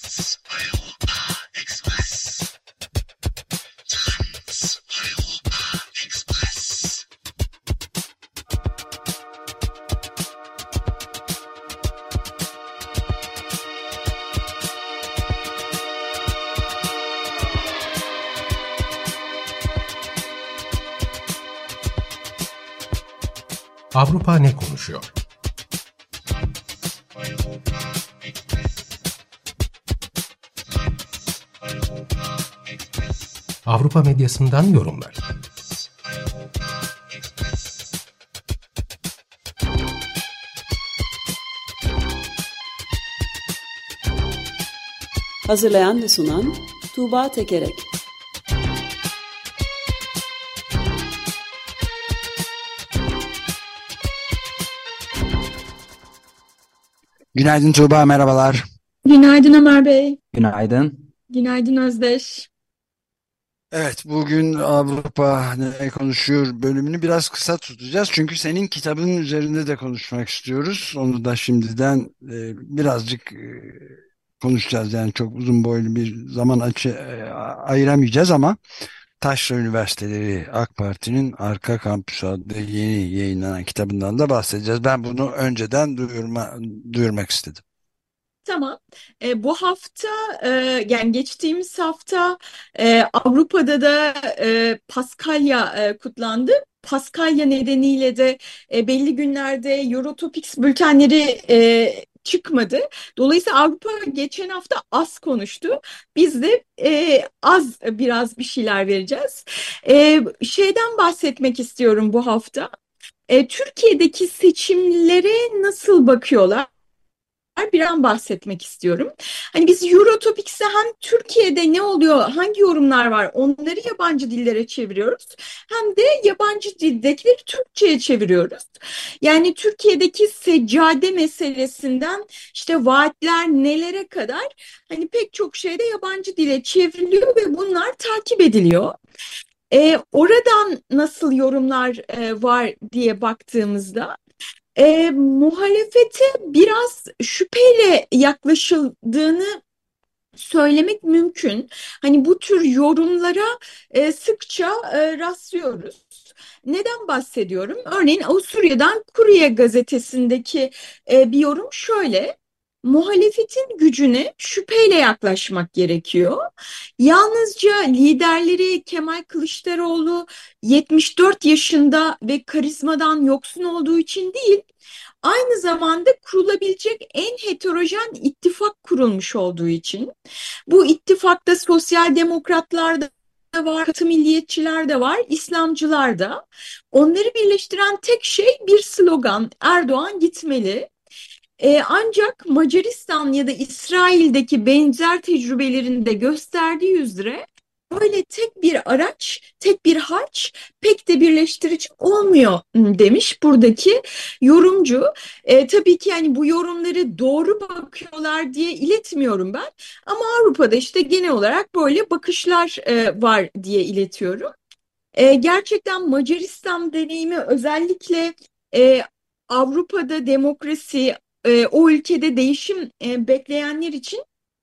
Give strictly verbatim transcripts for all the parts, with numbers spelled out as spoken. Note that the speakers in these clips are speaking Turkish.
Avrupa ne konuşuyor? Avrupa medyasından yorumlar. Hazırlayan ve sunan Tuğba Tekerek. Günaydın Tuğba, merhabalar. Günaydın Ömer Bey. Günaydın. Günaydın Özdeş. Evet, bugün Avrupa ne konuşuyor bölümünü biraz kısa tutacağız. Çünkü senin kitabının üzerinde de konuşmak istiyoruz. Onu da şimdiden e, birazcık e, konuşacağız. Yani çok uzun boylu bir zaman açı e, ayıramayacağız ama Taşra Üniversiteleri AK Parti'nin Arka Kampüsü adlı yeni yayınlanan kitabından da bahsedeceğiz. Ben bunu önceden duyurma, duyurmak istedim. Tamam. E, bu hafta e, yani geçtiğimiz hafta e, Avrupa'da da e, Paskalya e, kutlandı. Paskalya nedeniyle de e, belli günlerde Eurotopics bültenleri e, çıkmadı. Dolayısıyla Avrupa geçen hafta az konuştu. Biz de e, az biraz bir şeyler vereceğiz. E, şeyden bahsetmek istiyorum bu hafta. E, Türkiye'deki seçimlere nasıl bakıyorlar? Bir an bahsetmek istiyorum. Hani biz Eurotopics'te hem Türkiye'de ne oluyor, hangi yorumlar var onları yabancı dillere çeviriyoruz. Hem de yabancı dildekileri Türkçe'ye çeviriyoruz. Yani Türkiye'deki seccade meselesinden işte vaatler nelere kadar hani pek çok şeyde yabancı dile çevriliyor ve bunlar takip ediliyor. Ee, oradan nasıl yorumlar e, var diye baktığımızda e, muhalefete biraz şüpheyle yaklaşıldığını söylemek mümkün. Hani bu tür yorumlara e, sıkça e, rastlıyoruz. Neden bahsediyorum? Örneğin Avusturya'dan Kuriye gazetesindeki e, bir yorum şöyle. Muhalefetin gücüne şüpheyle yaklaşmak gerekiyor. Yalnızca liderleri Kemal Kılıçdaroğlu yetmiş dört yaşında ve karizmadan yoksun olduğu için değil, aynı zamanda kurulabilecek en heterojen ittifak kurulmuş olduğu için. Bu ittifakta sosyal demokratlar da var, katı milliyetçiler de var, İslamcılar da. Onları birleştiren tek şey bir slogan: Erdoğan gitmeli. Ee, ancak Macaristan ya da İsrail'deki benzer tecrübelerinde gösterdiği üzere böyle tek bir araç, tek bir harç pek de birleştirici olmuyor demiş buradaki yorumcu. E, tabii ki yani bu yorumları doğru bakıyorlar diye iletmiyorum ben. Ama Avrupa'da işte genel olarak böyle bakışlar e, var diye iletiyorum. E, gerçekten Macaristan deneyimi özellikle e, Avrupa'da demokrasi, e, o ülkede değişim e, bekleyenler için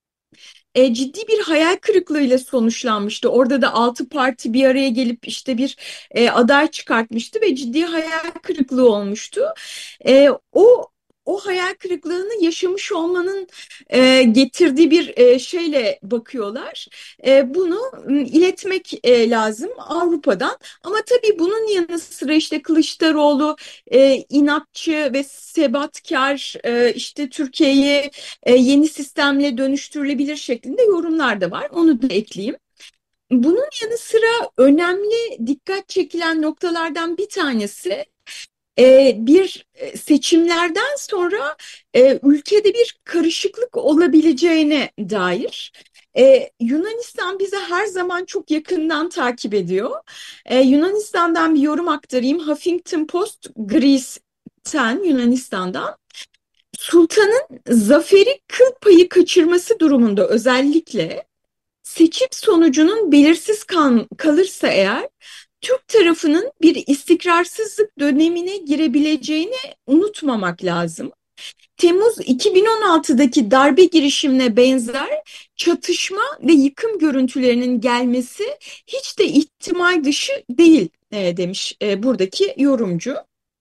e, ciddi bir hayal kırıklığıyla sonuçlanmıştı. Orada da altı parti bir araya gelip işte bir e, aday çıkartmıştı ve ciddi hayal kırıklığı olmuştu. E, o o hayal kırıklığını yaşamış olmanın e, getirdiği bir e, şeyle bakıyorlar. E, bunu m, iletmek e, lazım Avrupa'dan. Ama tabii bunun yanı sıra işte Kılıçdaroğlu e, inatçı ve sebatkar, e, işte Türkiye'yi e, yeni sistemle dönüştürülebilir şeklinde yorumlar da var. Onu da ekleyeyim. Bunun yanı sıra önemli dikkat çekilen noktalardan bir tanesi e, bir e, seçimlerden sonra e, ülkede bir karışıklık olabileceğine dair. Ee, Yunanistan bizi her zaman çok yakından takip ediyor. Ee, Yunanistan'dan bir yorum aktarayım. Huffington Post, Greece'ten, Yunanistan'dan. Sultanın zaferi kıl payı kaçırması durumunda özellikle seçim sonucunun belirsiz kal kalırsa eğer Türk tarafının bir istikrarsızlık dönemine girebileceğini unutmamak lazım. Temmuz iki bin on altıdaki darbe girişimine benzer çatışma ve yıkım görüntülerinin gelmesi hiç de ihtimal dışı değil e, demiş e, buradaki yorumcu.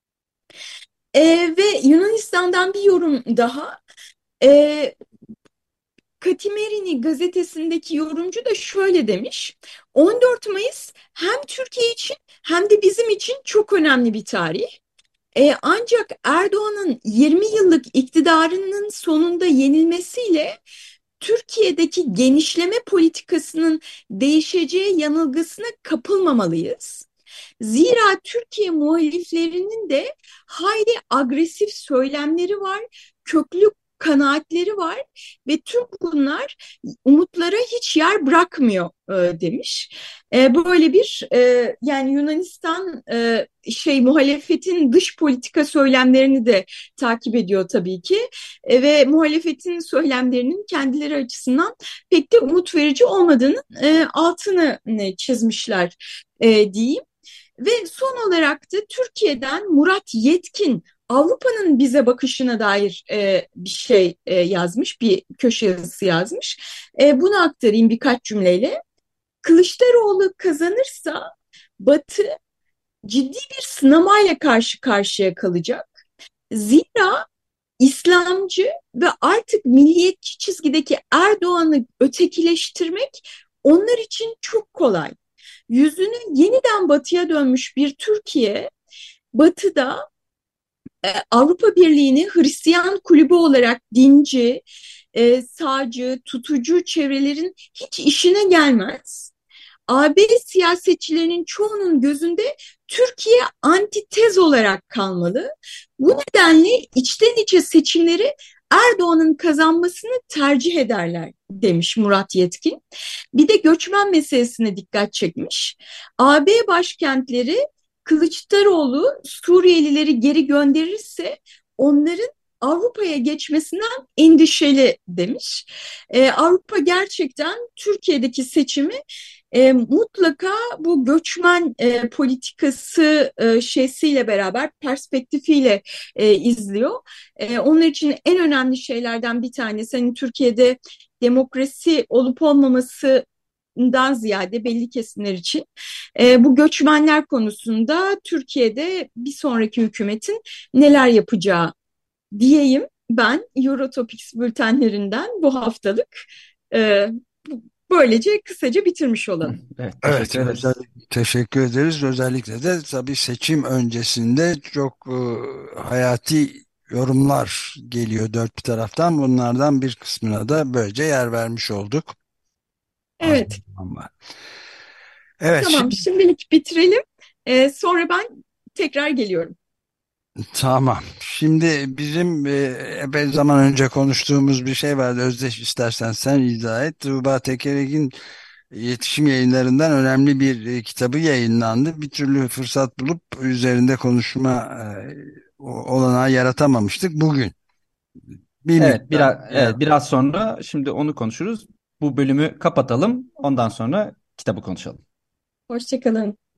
E, ve Yunanistan'dan bir yorum daha. E, Katimerini gazetesindeki yorumcu da şöyle demiş. on dört Mayıs hem Türkiye için hem de bizim için çok önemli bir tarih. E, ancak Erdoğan'ın yirmi yıllık iktidarının sonunda yenilmesiyle Türkiye'deki genişleme politikasının değişeceği yanılgısına kapılmamalıyız. Zira Türkiye muhaliflerinin de hayli agresif söylemleri var, köklü kanaatleri var ve tüm bunlar umutlara hiç yer bırakmıyor e, demiş. E, böyle bir e, yani Yunanistan e, şey muhalefetin dış politika söylemlerini de takip ediyor tabii ki e, ve muhalefetin söylemlerinin kendileri açısından pek de umut verici olmadığının e, altını e, çizmişler e, diyeyim. Ve son olarak da Türkiye'den Murat Yetkin Avrupa'nın bize bakışına dair e, bir şey e, yazmış, bir köşe yazısı yazmış. E, bunu aktarayım birkaç cümleyle. Kılıçdaroğlu kazanırsa Batı ciddi bir sınamayla karşı karşıya kalacak. Zira İslamcı ve artık milliyetçi çizgideki Erdoğan'ı ötekileştirmek onlar için çok kolay. Yüzünü yeniden batıya dönmüş bir Türkiye, batıda e, Avrupa Birliği'ni Hristiyan kulübü olarak dinci, e, sağcı, tutucu çevrelerin hiç işine gelmez. A B siyasetçilerinin çoğunun gözünde Türkiye antitez olarak kalmalı. Bu nedenle içten içe seçimleri Erdoğan'ın kazanmasını tercih ederler demiş Murat Yetkin. Bir de göçmen meselesine dikkat çekmiş. A B başkentleri Kılıçdaroğlu Suriyelileri geri gönderirse onların Avrupa'ya geçmesinden endişeli demiş. Ee, Avrupa gerçekten Türkiye'deki seçimi e, mutlaka bu göçmen e, politikası e, şeysiyle beraber perspektifiyle e, izliyor. E, onun için en önemli şeylerden bir tanesi hani Türkiye'de demokrasi olup olmaması dan ziyade belli kesimler için e, bu göçmenler konusunda Türkiye'de bir sonraki hükümetin neler yapacağı diyeyim ben Eurotopics bültenlerinden bu haftalık e, böylece kısaca bitirmiş olalım. Evet, Evet, teşekkür ederiz. özellikle teşekkür ederiz. Özellikle de tabii seçim öncesinde çok e, hayati yorumlar geliyor dört bir taraftan. Bunlardan bir kısmına da böylece yer vermiş olduk. Az Evet, zaman var. Evet, tamam şimdi şimdilik bitirelim. E, sonra ben tekrar geliyorum. tamam. Şimdi bizim e, epey zaman önce konuştuğumuz bir şey vardı. Özdeş, istersen sen izah et. Tuğba Tekerek'in iletişim yayınlarından önemli bir e, kitabı yayınlandı. Bir türlü fırsat bulup üzerinde konuşma e, o- olanağı yaratamamıştık. Bugün bir Evet, miktar biraz evet, yarat- biraz sonra şimdi onu konuşuruz. Bu bölümü kapatalım. Ondan sonra kitabı konuşalım. Hoşça kalın.